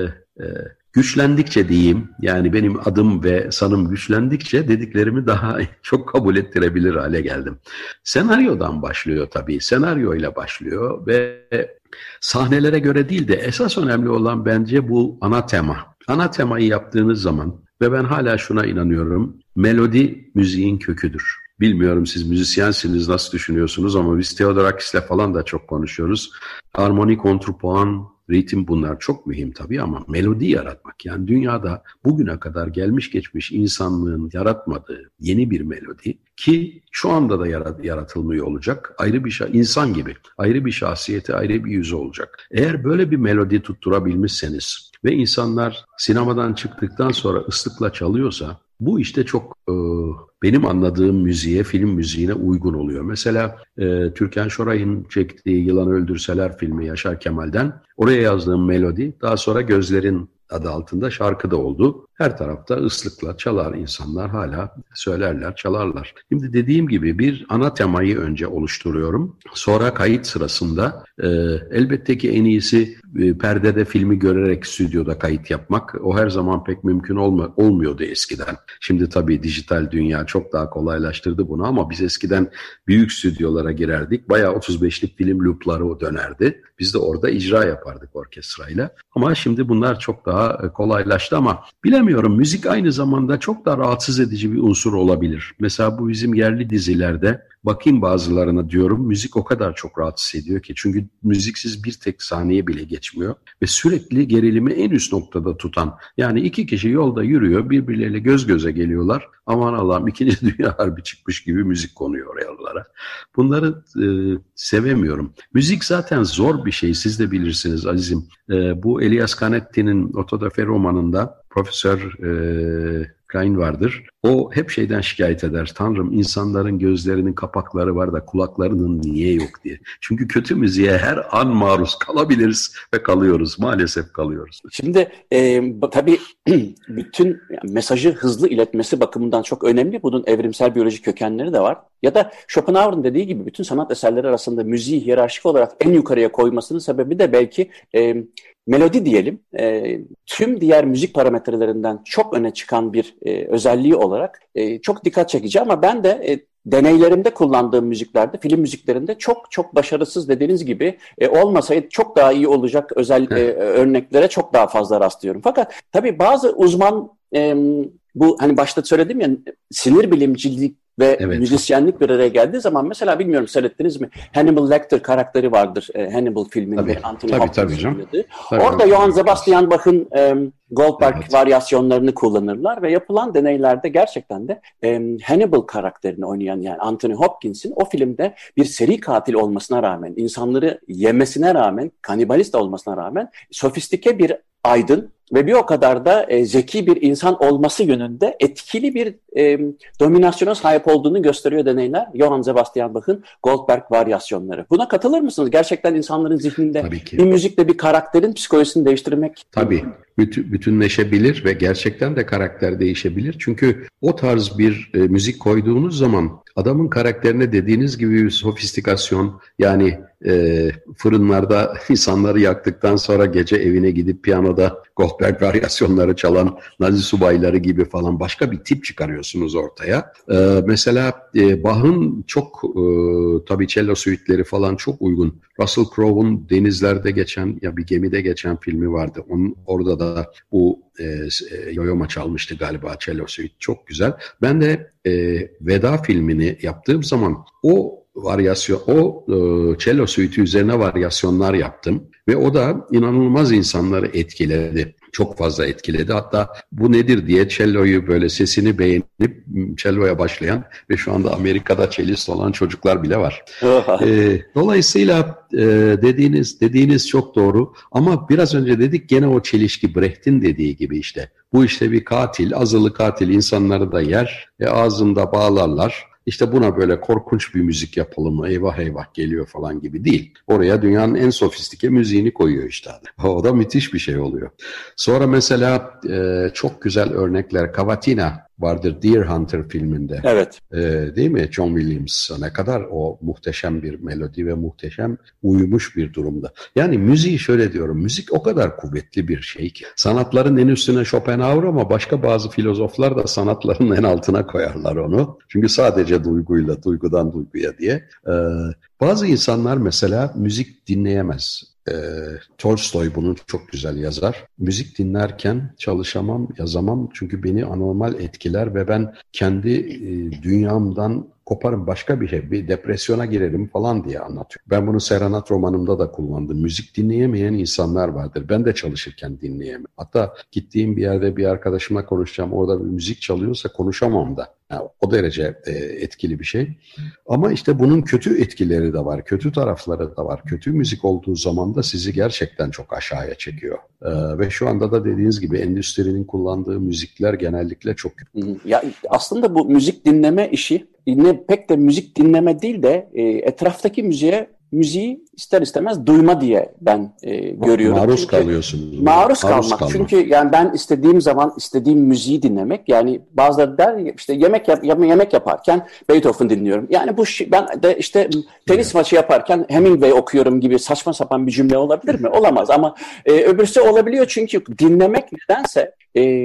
güçlendikçe diyeyim, yani benim adım ve sanım güçlendikçe dediklerimi daha çok kabul ettirebilir hale geldim. Senaryodan başlıyor tabii, senaryoyla başlıyor ve sahnelere göre değil de esas önemli olan bence bu ana tema. Ana temayı yaptığınız zaman ve ben hala şuna inanıyorum, melodi müziğin köküdür. Bilmiyorum siz müzisyensiniz nasıl düşünüyorsunuz ama biz Theodorakis'le falan da çok konuşuyoruz. Armoni, kontrpuan, ritim bunlar çok mühim tabii ama melodi yaratmak, yani dünyada bugüne kadar gelmiş geçmiş insanlığın yaratmadığı yeni bir melodi ki şu anda da yaratılmıyor olacak, ayrı bir insan gibi ayrı bir şahsiyeti, ayrı bir yüzü olacak. Eğer böyle bir melodi tutturabilmişseniz ve insanlar sinemadan çıktıktan sonra ıslıkla çalıyorsa bu işte çok benim anladığım müziğe, film müziğine uygun oluyor. Mesela Türkan Şoray'ın çektiği Yılanı Öldürseler filmi Yaşar Kemal'den oraya yazdığım melodi daha sonra Gözlerin adı altında şarkı da oldu. Her tarafta ıslıkla çalar insanlar, hala söylerler, çalarlar. Şimdi dediğim gibi bir ana temayı önce oluşturuyorum. Sonra kayıt sırasında elbette ki en iyisi perdede filmi görerek stüdyoda kayıt yapmak. O her zaman pek mümkün olmuyordu eskiden. Şimdi tabii dijital dünya çok daha kolaylaştırdı bunu ama biz eskiden büyük stüdyolara girerdik. Bayağı 35'lik film loopları dönerdi. Biz de orada icra yapardık orkestrayla. Ama şimdi bunlar çok daha kolaylaştı ama bilemiyorum, müzik aynı zamanda çok da rahatsız edici bir unsur olabilir. Mesela bu bizim yerli dizilerde bakayım bazılarına diyorum, müzik o kadar çok rahatsız ediyor ki. Çünkü müziksiz bir tek saniye bile geçmiyor ve sürekli gerilimi en üst noktada tutan. Yani iki kişi yolda yürüyor, birbirleriyle göz göze geliyorlar. Aman Allah'ım, 2. Dünya Harbi çıkmış gibi müzik konuyor oralara. Bunları sevemiyorum. Müzik zaten zor bir şey, siz de bilirsiniz azizim. Bu Elias Canetti'nin Autodafé romanında Profesör Klein vardır. O hep şeyden şikayet eder. Tanrım, insanların gözlerinin kapakları var da kulaklarının niye yok diye. Çünkü kötü müziğe her an maruz kalabiliriz ve kalıyoruz. Maalesef kalıyoruz. Şimdi tabii bütün mesajı hızlı iletmesi bakımından çok önemli. Bunun evrimsel biyolojik kökenleri de var. Ya da Schopenhauer'ın dediği gibi bütün sanat eserleri arasında müziği hiyerarşik olarak en yukarıya koymasının sebebi de belki melodi diyelim. Tüm diğer müzik parametrelerinden çok öne çıkan bir özelliği olarak çok dikkat çekici ama ben de deneylerimde kullandığım müziklerde, film müziklerinde çok çok başarısız dediğiniz gibi olmasaydı çok daha iyi olacak özel örneklere çok daha fazla rastlıyorum. Fakat tabii bazı uzman bu hani başta söyledim ya, sinir bilimcilik ve müzisyenlik bir araya geldiği zaman mesela bilmiyorum seyrettiniz mi? Hannibal Lecter karakteri vardır Hannibal filminde. Anthony Hopkins oynadığı. Orada Johann Sebastian Bach'ın Goldberg varyasyonlarını kullanırlar ve yapılan deneylerde gerçekten de Hannibal karakterini oynayan yani Anthony Hopkins'in o filmde bir seri katil olmasına rağmen, insanları yemesine rağmen, kanibalist olmasına rağmen sofistike bir aydın ve bir o kadar da zeki bir insan olması yönünde etkili bir dominasyona sahip olduğunu gösteriyor deneyler. Johann Sebastian Bach'ın Goldberg varyasyonları. Buna katılır mısınız? Gerçekten insanların zihninde bir müzikle bir karakterin psikolojisini değiştirmek. Tabii. Bütünleşebilir ve gerçekten de karakter değişebilir. Çünkü o tarz bir müzik koyduğunuz zaman Adamın karakterine dediğiniz gibi bir sofistikasyon, yani fırınlarda insanları yaktıktan sonra gece evine gidip piyanoda Goldberg varyasyonları çalan Nazi subayları gibi falan başka bir tip çıkarıyorsunuz ortaya. Mesela Bach'ın çok tabii cello suite'leri falan çok uygun. Russell Crowe'un denizlerde geçen, ya bir gemide geçen filmi vardı. Orada da bu Yo-Yo çalmıştı galiba, cello suite çok güzel. Ben de Veda filmini yaptığım zaman o cello suite üzerine varyasyonlar yaptım ve o da inanılmaz insanları etkiledi. Çok fazla etkiledi. Hatta bu nedir diye cello'yu böyle sesini beğenip cello'ya başlayan ve şu anda Amerika'da cellist olan çocuklar bile var. Dolayısıyla dediğiniz çok doğru. Ama biraz önce dedik, gene o çelişki, Brecht'in dediği gibi işte. Bu işte bir katil, azılı katil insanları da yer ve ağzında bağlarlar. İşte buna böyle korkunç bir müzik yapalım mı? Eyvah eyvah geliyor falan gibi değil. Oraya dünyanın en sofistike müziğini koyuyor işte. O da müthiş bir şey oluyor. Sonra mesela çok güzel örnekler. Cavatina vardır Deer Hunter filminde. Evet. Değil mi? John Williams ne kadar o muhteşem bir melodi ve muhteşem uyumuş bir durumda. Yani müziği şöyle diyorum. Müzik o kadar kuvvetli bir şey ki. Sanatların en üstüne Schopenhauer ama başka bazı filozoflar da sanatların en altına koyarlar onu. Çünkü sadece duyguyla, duygudan duyguya diye. Bazı insanlar mesela müzik dinleyemez. Tolstoy bunu çok güzel yazar. Müzik dinlerken çalışamam, yazamam çünkü beni anormal etkiler ve ben kendi dünyamdan koparım, başka bir şey, bir depresyona girerim falan diye anlatıyor. Ben bunu Serenat romanımda da kullandım. Müzik dinleyemeyen insanlar vardır. Ben de çalışırken dinleyemem. Hatta gittiğim bir yerde bir arkadaşımla konuşacağım. Orada bir müzik çalıyorsa konuşamam da. Yani o derece etkili bir şey. Ama işte bunun kötü etkileri de var. Kötü tarafları da var. Kötü müzik olduğu zaman da sizi gerçekten çok aşağıya çekiyor. Ve şu anda da dediğiniz gibi endüstrinin kullandığı müzikler genellikle çok kötü. Ya aslında bu müzik dinleme işi pek de müzik dinleme değil de etraftaki müziği ister istemez duyma diye ben görüyorum. Maruz kalıyorsunuz. Maruz kalmak. Çünkü yani ben istediğim zaman istediğim müziği dinlemek, yani bazıları der işte yemek yaparken Beethoven dinliyorum. Yani ben de işte tenis maçı yaparken Hemingway okuyorum gibi saçma sapan bir cümle olabilir mi? Olamaz ama öbürsü olabiliyor çünkü dinlemek nedense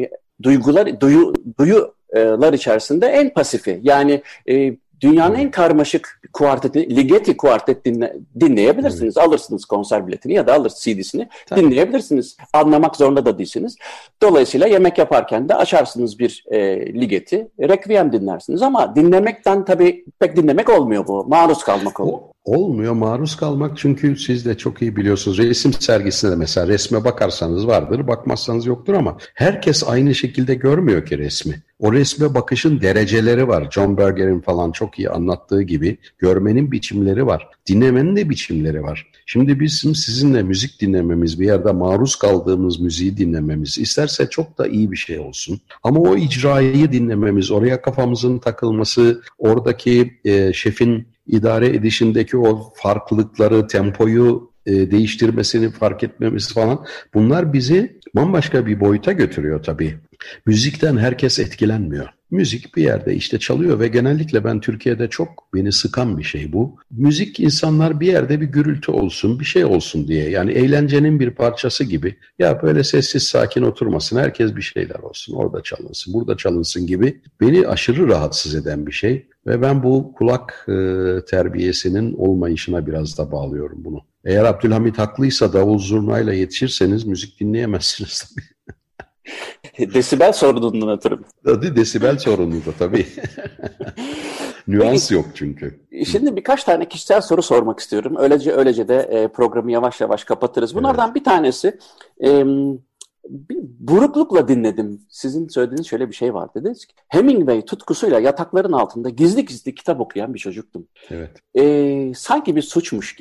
duyular içerisinde en pasifi. Yani dünyanın en karmaşık kuarteti, Ligeti kuartet dinleyebilirsiniz. Evet. Alırsınız konser biletini ya da alırsınız CD'sini, dinleyebilirsiniz. Anlamak zorunda da değilsiniz. Dolayısıyla yemek yaparken de açarsınız bir Ligeti, Requiem dinlersiniz. Ama dinlemekten tabii pek dinlemek olmuyor bu. Maruz kalmak oluyor. Olmuyor maruz kalmak, çünkü siz de çok iyi biliyorsunuz. Resim sergisinde mesela resme bakarsanız vardır, bakmazsanız yoktur ama herkes aynı şekilde görmüyor ki resmi. O resme bakışın dereceleri var. John Berger'in falan çok iyi anlattığı gibi görmenin biçimleri var. Dinlemenin de biçimleri var. Şimdi bizim sizinle müzik dinlememiz, bir yerde maruz kaldığımız müziği dinlememiz isterse çok da iyi bir şey olsun. Ama o icrayı dinlememiz, oraya kafamızın takılması, oradaki şefin idare edişindeki o farklılıkları, tempoyu değiştirmesini fark etmemiz falan, bunlar bizi bambaşka bir boyuta götürüyor tabii. Müzikten herkes etkilenmiyor. Müzik bir yerde işte çalıyor ve genellikle ben Türkiye'de çok beni sıkan bir şey bu. Müzik, insanlar bir yerde bir gürültü olsun, bir şey olsun diye, yani eğlencenin bir parçası gibi, ya böyle sessiz sakin oturmasın, herkes bir şeyler olsun, orada çalınsın, burada çalınsın gibi beni aşırı rahatsız eden bir şey. Ve ben bu kulak terbiyesinin olmayışına biraz da bağlıyorum bunu. Eğer Abdülhamit haklıysa davul zurnayla yetişirseniz müzik dinleyemezsiniz tabii. Desibel sorunundan ötürü. Desibel sorunu da tabii. Nüans yok çünkü. Şimdi birkaç tane kişisel soru sormak istiyorum. Öylece de programı yavaş yavaş kapatırız. Bunlardan bir tanesi, bir buruklukla dinledim. Sizin söylediğiniz şöyle bir şey var, dediniz ki Hemingway tutkusuyla yatakların altında gizli gizli kitap okuyan bir çocuktum. Evet. Sanki bir suçmuş gibi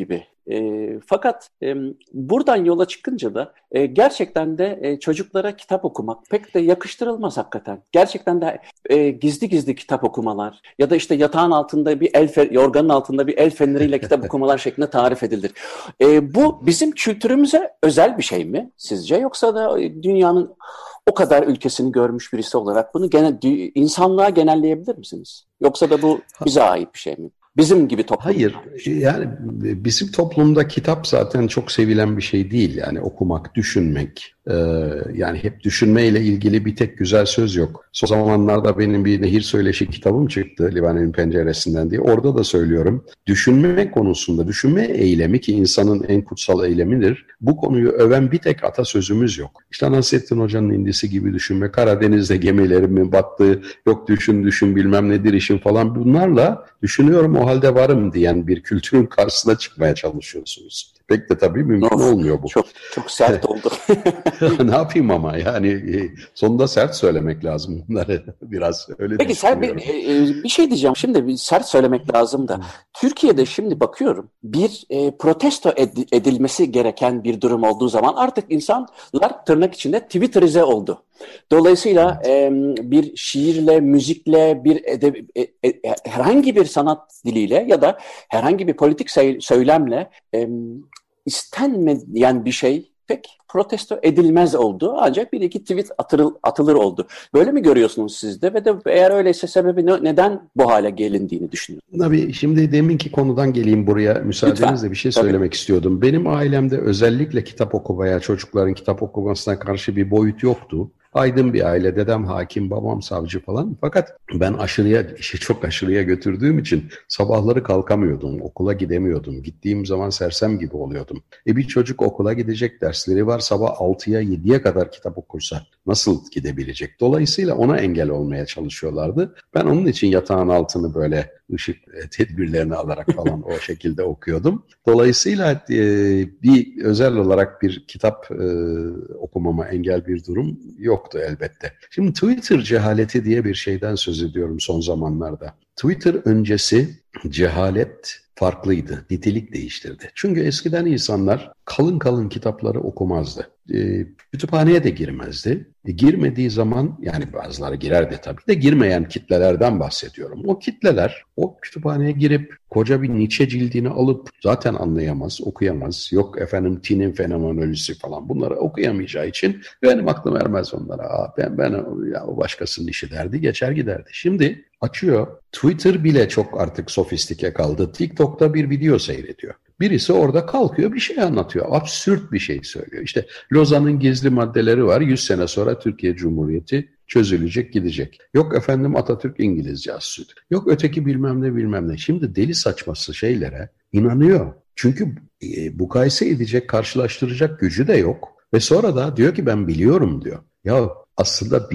Fakat buradan yola çıkınca da gerçekten de çocuklara kitap okumak pek de yakıştırılmaz hakikaten. Gerçekten de gizli gizli kitap okumalar ya da işte yatağın altında bir yorganın altında bir el feneriyle kitap okumalar şeklinde tarif edilir. Bu bizim kültürümüze özel bir şey mi sizce? Yoksa da dünyanın o kadar ülkesini görmüş birisi olarak bunu insanlığa genelleyebilir misiniz? Yoksa da bu bize ait bir şey mi? Bizim gibi toplum. Hayır, yani bizim toplumda kitap zaten çok sevilen bir şey değil. Yani okumak, düşünmek, yani hep düşünmeyle ilgili bir tek güzel söz yok. Son zamanlarda benim bir Nehir Söyleşi kitabım çıktı, Livane'nin Penceresinden diye. Orada da söylüyorum, düşünme konusunda, düşünme eylemi ki insanın en kutsal eylemidir. Bu konuyu öven bir tek atasözümüz yok. İşte Nasrettin Hoca'nın indisi gibi düşünme, Karadeniz'de gemilerimin battığı, yok düşün bilmem nedir işin falan, bunlarla düşünüyorum o halde varım diyen bir kültürün karşısına çıkmaya çalışıyorsunuz. Pek de tabii mümkün olmuyor bu. Çok sert oldu. Ne yapayım ama yani sonunda sert söylemek lazım bunları biraz öyle. Peki bir şey diyeceğim. Şimdi bir sert söylemek lazım da. Türkiye'de şimdi bakıyorum bir protesto edilmesi gereken bir durum olduğu zaman artık insanlar tırnak içinde Twitterize oldu. Dolayısıyla bir şiirle, müzikle, herhangi bir sanat diliyle ya da herhangi bir politik söylemle istenmeyen bir şey pek protesto edilmez oldu. Ancak bir iki tweet atılır oldu. Böyle mi görüyorsunuz siz de? Ve de eğer öyleyse sebebi neden bu hale gelindiğini düşünüyorsunuz? Tabii şimdi deminki konudan geleyim buraya. Müsaadenizle lütfen. Bir şey söylemek istiyordum. Benim ailemde özellikle kitap okumaya, çocukların kitap okumasına karşı bir boyut yoktu. Aydın bir aile, dedem hakim, babam savcı falan. Fakat ben işi çok aşırıya götürdüğüm için sabahları kalkamıyordum, okula gidemiyordum. Gittiğim zaman sersem gibi oluyordum. Bir çocuk okula gidecek, dersleri var, sabah 6'ya 7'ye kadar kitap okursa nasıl gidebilecek? Dolayısıyla ona engel olmaya çalışıyorlardı. Ben onun için yatağın altını böyle ışık tedbirlerini alarak falan o şekilde okuyordum. Dolayısıyla bir özel olarak bir kitap okumama engel bir durum yoktu elbette. Şimdi Twitter cehaleti diye bir şeyden söz ediyorum son zamanlarda. Twitter öncesi cehalet farklıydı, nitelik değiştirdi. Çünkü eskiden insanlar kalın kalın kitapları okumazdı. Kütüphaneye de girmezdi. Girmediği zaman, yani bazıları girerdi tabii de, girmeyen kitlelerden bahsediyorum. O kitleler o kütüphaneye girip koca bir Nietzsche cildini alıp zaten anlayamaz, okuyamaz. Yok efendim Tin'in fenomenolojisi falan, bunları okuyamayacağı için benim aklım ermez onlara. O başkasının işi derdi, geçer giderdi. Şimdi açıyor, Twitter bile çok artık sofistike kaldı. TikTok'ta bir video seyrediyor. Birisi orada kalkıyor, bir şey anlatıyor. Absürt bir şey söylüyor. İşte Lozan'ın gizli maddeleri var. 100 sene sonra Türkiye Cumhuriyeti çözülecek, gidecek. Yok efendim Atatürk İngilizce asüt. Yok öteki bilmem ne. Şimdi deli saçması şeylere inanıyor. Çünkü mukayese edecek, karşılaştıracak gücü de yok. Ve sonra da diyor ki ben biliyorum diyor. Ya aslında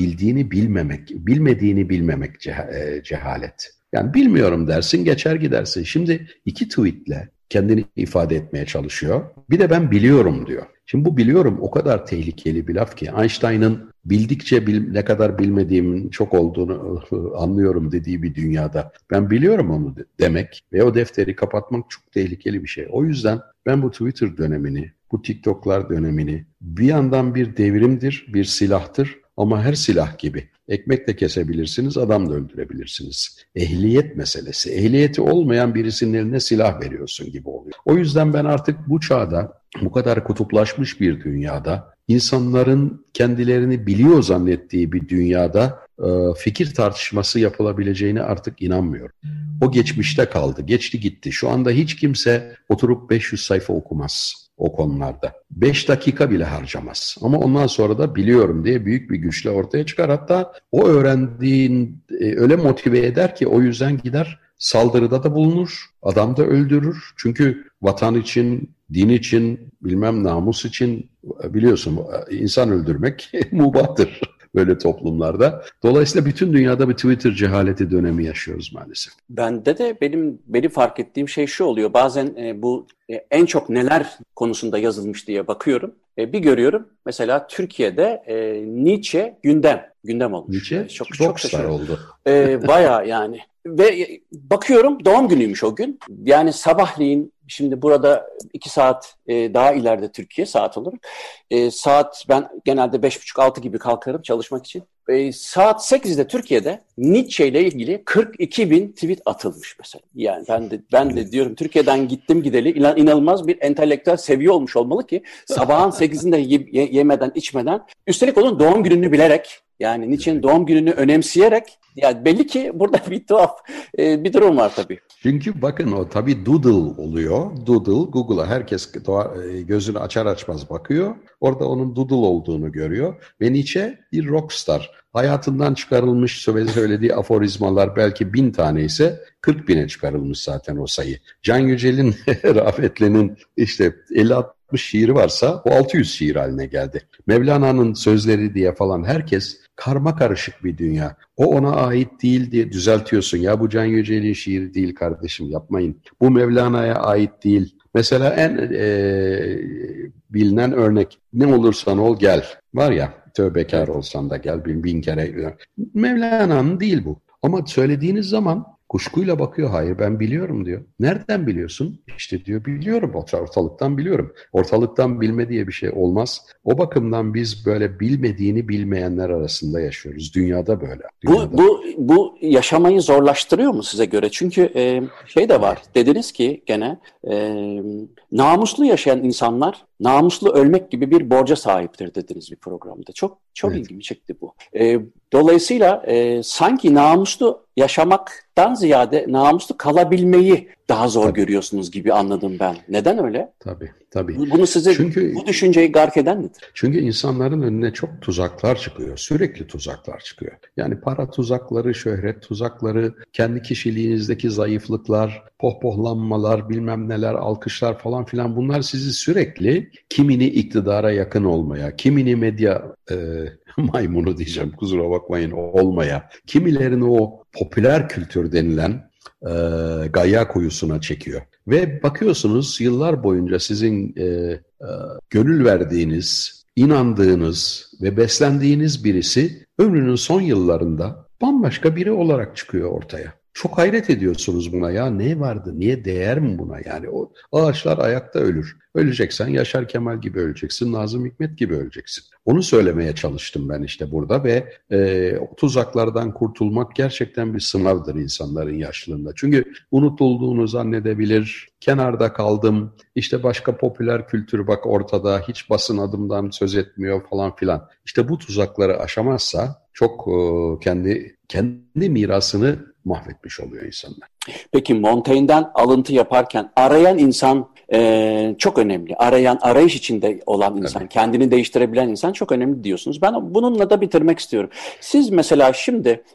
bilmediğini bilmemek cehalet. Yani bilmiyorum dersin, geçer gidersin. Şimdi 2 tweetle kendini ifade etmeye çalışıyor. Bir de ben biliyorum diyor. Şimdi bu biliyorum o kadar tehlikeli bir laf ki, Einstein'ın bildikçe ne kadar bilmediğimin çok olduğunu anlıyorum dediği bir dünyada ben biliyorum onu demek ve o defteri kapatmak çok tehlikeli bir şey. O yüzden ben bu Twitter dönemini, bu TikTok'lar dönemini bir yandan bir devrimdir, bir silahtır ama her silah gibi. Ekmek de kesebilirsiniz, adam da öldürebilirsiniz. Ehliyet meselesi. Ehliyeti olmayan birisinin eline silah veriyorsun gibi oluyor. O yüzden ben artık bu çağda, bu kadar kutuplaşmış bir dünyada, insanların kendilerini biliyor zannettiği bir dünyada fikir tartışması yapılabileceğine artık inanmıyorum. O geçmişte kaldı, geçti gitti. Şu anda hiç kimse oturup 500 sayfa okumaz o konularda. 5 dakika bile harcamaz. Ama ondan sonra da biliyorum diye büyük bir güçle ortaya çıkar. Hatta o öğrendiğin öyle motive eder ki o yüzden gider saldırıda da bulunur, adam da öldürür. Çünkü vatan için, din için, bilmem namus için, biliyorsun insan öldürmek mubahtır böyle toplumlarda. Dolayısıyla bütün dünyada bir Twitter cehaleti dönemi yaşıyoruz maalesef. Bende de benim fark ettiğim şey şu oluyor. Bazen bu en çok neler konusunda yazılmış diye bakıyorum. Bir görüyorum. Mesela Türkiye'de Nietzsche gündem olmuş. Nietzsche çok star oldu. Bayağı yani. Ve bakıyorum doğum günüymüş o gün. Yani sabahleyin, şimdi burada 2 saat daha ileride Türkiye saat olarak. Saat, ben genelde 5.30-6 gibi kalkarım çalışmak için. Saat 8'de Türkiye'de Nietzsche ile ilgili 42.000 tweet atılmış mesela. Yani ben de diyorum, Türkiye'den gittim gideli inanılmaz bir entelektüel seviye olmuş olmalı ki sabahın 8'inde yemeden içmeden, üstelik onun doğum gününü bilerek, yani Nietzsche'nin doğum gününü önemseyerek, yani belli ki burada bir tuhaf bir durum var tabii. Çünkü bakın o tabii doodle oluyor. Doodle, Google'a herkes gözünü açar açmaz bakıyor. Orada onun doodle olduğunu görüyor. Ve Nietzsche bir rockstar. Hayatından çıkarılmış söylediği aforizmalar belki 1000 tane ise 40.000'e çıkarılmış zaten o sayı. Can Yücel'in, rahmetlinin işte 50-60 şiiri varsa o 600 şiir haline geldi. Mevlana'nın sözleri diye falan herkes karma karışık bir dünya. O ona ait değil diye düzeltiyorsun. Ya bu Can Yücel'in şiiri değil kardeşim, yapmayın. Bu Mevlana'ya ait değil. Mesela en bilinen örnek, ne olursan ol gel. Var ya, tövbekar olsan da gel, bin kere. Mevlana'nın değil bu. Ama söylediğiniz zaman kuşkuyla bakıyor. Hayır, ben biliyorum diyor. Nereden biliyorsun? İşte diyor, biliyorum. Ortalıktan biliyorum. Ortalıktan bilme diye bir şey olmaz. O bakımdan biz böyle bilmediğini bilmeyenler arasında yaşıyoruz. Dünyada böyle. Bu yaşamayı zorlaştırıyor mu size göre? Çünkü şey de var. Dediniz ki gene namuslu yaşayan insanlar namuslu ölmek gibi bir borca sahiptir dediniz bir programda. Çok evet. İlgimi çekti bu. Dolayısıyla sanki namuslu yaşamaktan ziyade namuslu kalabilmeyi daha zor görüyorsunuz gibi anladım ben. Neden öyle? Tabii. Bunu size, bu düşünceyi gark eden nedir? Çünkü insanların önüne çok tuzaklar çıkıyor. Sürekli tuzaklar çıkıyor. Yani para tuzakları, şöhret tuzakları, kendi kişiliğinizdeki zayıflıklar, pohpohlanmalar, bilmem neler, alkışlar falan filan, bunlar sizi sürekli kimini iktidara yakın olmaya, kimini medya maymunu diyeceğim, kusura bakmayın, olmaya, kimilerini o popüler kültür denilen gaya kuyusuna çekiyor. Ve bakıyorsunuz yıllar boyunca sizin gönül verdiğiniz, inandığınız ve beslendiğiniz birisi ömrünün son yıllarında bambaşka biri olarak çıkıyor ortaya. Çok hayret ediyorsunuz buna, ya ne vardı, niye değer mi buna? Yani o ağaçlar ayakta ölür. Öleceksen Yaşar Kemal gibi öleceksin, Nazım Hikmet gibi öleceksin. Onu söylemeye çalıştım ben işte burada ve o tuzaklardan kurtulmak gerçekten bir sınavdır insanların yaşlılığında. Çünkü unutulduğunu zannedebilir, kenarda kaldım, işte başka popüler kültür bak ortada, hiç basın adımdan söz etmiyor falan filan. İşte bu tuzakları aşamazsa çok kendi mirasını mahvetmiş oluyor insanlar. Peki Montaigne'den alıntı yaparken arayan insan çok önemli. Arayış içinde olan insan, evet. Kendini değiştirebilen insan çok önemli diyorsunuz. Ben bununla da bitirmek istiyorum. Siz mesela şimdi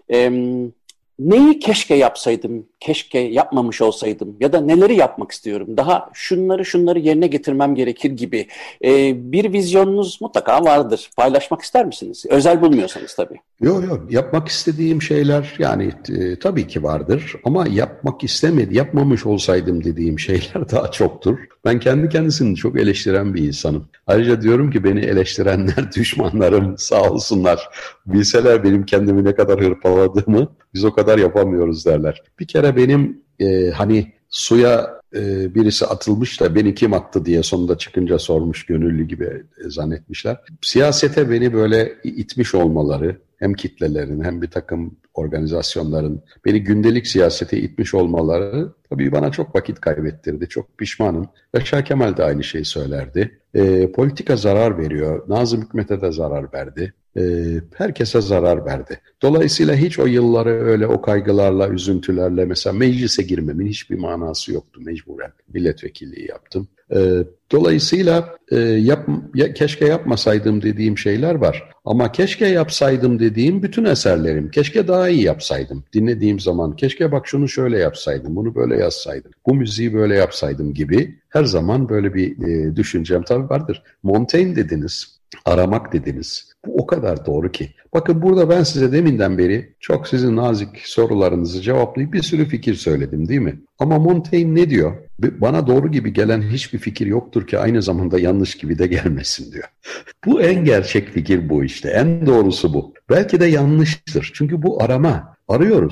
neyi keşke yapsaydım, keşke yapmamış olsaydım ya da neleri yapmak istiyorum, daha şunları yerine getirmem gerekir gibi bir vizyonunuz mutlaka vardır. Paylaşmak ister misiniz? Özel bulmuyorsanız tabii. Yok, yapmak istediğim şeyler yani tabii ki vardır ama yapmamış olsaydım dediğim şeyler daha çoktur. Ben kendi kendisini çok eleştiren bir insanım. Ayrıca diyorum ki beni eleştirenler, düşmanlarım sağ olsunlar. Bilseler benim kendimi ne kadar hırpaladığımı, biz o kadar yapamıyoruz derler. Bir kere benim hani suya birisi atılmış da beni kim attı diye sonunda çıkınca sormuş, gönüllü gibi zannetmişler. Siyasete beni böyle itmiş olmaları, hem kitlelerin hem bir takım organizasyonların beni gündelik siyasete itmiş olmaları tabii bana çok vakit kaybettirdi. Çok pişmanım. Yaşar Kemal de aynı şeyi söylerdi. Politika zarar veriyor. Nazım Hikmet'e de zarar verdi. Herkese zarar verdi. Dolayısıyla hiç o yılları öyle o kaygılarla, üzüntülerle, mesela meclise girmemin hiçbir manası yoktu. Mecburen milletvekilliği yaptım. Dolayısıyla keşke yapmasaydım dediğim şeyler var. Ama keşke yapsaydım dediğim bütün eserlerim. Keşke daha iyi yapsaydım. Dinlediğim zaman keşke bak şunu şöyle yapsaydım, bunu böyle yazsaydım, bu müziği böyle yapsaydım gibi her zaman böyle bir düşüncem tabii vardır. Montaigne dediniz, aramak dediniz. Bu o kadar doğru ki. Bakın burada ben size deminden beri çok sizin nazik sorularınızı cevaplayıp bir sürü fikir söyledim değil mi? Ama Montaigne ne diyor? Bana doğru gibi gelen hiçbir fikir yoktur ki aynı zamanda yanlış gibi de gelmesin diyor. Bu en gerçek fikir bu işte. En doğrusu bu. Belki de yanlıştır. Çünkü bu arama. Arıyoruz.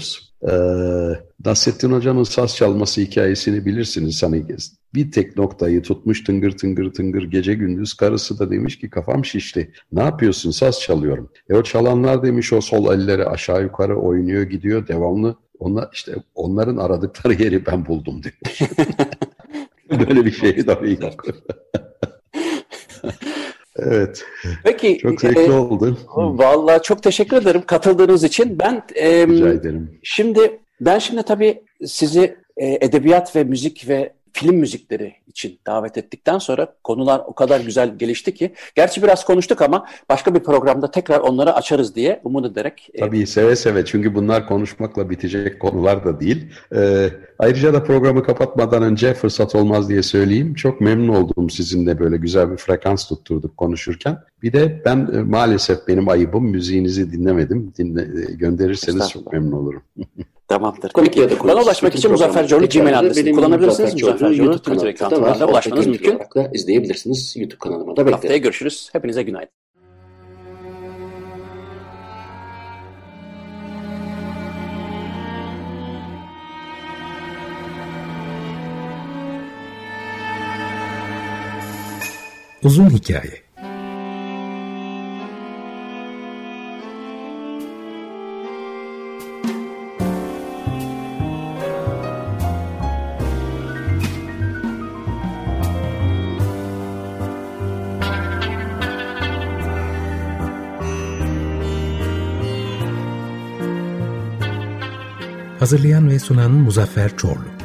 Nasrettin Hoca'nın saz çalması hikayesini bilirsiniz. Hani bir tek noktayı tutmuş tıngır tıngır tıngır gece gündüz. Karısı da demiş ki kafam şişti. Ne yapıyorsun? Saz çalıyorum. O çalanlar demiş o sol elleri aşağı yukarı oynuyor gidiyor devamlı. Onların aradıkları yeri ben buldum demiş. Böyle bir şey tabii yok. Evet. Peki. Çok zevkli oldu. Vallahi çok teşekkür ederim katıldığınız için. Rica ederim. Şimdi tabii sizi edebiyat ve müzik ve film müzikleri için davet ettikten sonra konular o kadar güzel gelişti ki. Gerçi biraz konuştuk ama başka bir programda tekrar onları açarız diye umut ederek. Tabii seve seve çünkü bunlar konuşmakla bitecek konular da değil. Ayrıca da programı kapatmadan önce fırsat olmaz diye söyleyeyim. Çok memnun oldum sizinle böyle güzel bir frekans tutturduk konuşurken. Bir de ben maalesef benim ayıbım müziğinizi dinlemedim. Gönderirseniz çok memnun olurum. Tamamdır. Peki, bana ulaşmak için Muzaffer Corlu Gmail adresini kullanabilirsiniz. Muzaffer Corlu Twitter account'una da ulaşmanız mümkün. İzleyebilirsiniz. YouTube kanalıma da beklerim. Haftaya görüşürüz. Hepinize günaydın. Uzun hikaye. Hazırlayan ve sunan Muzaffer Çorlu.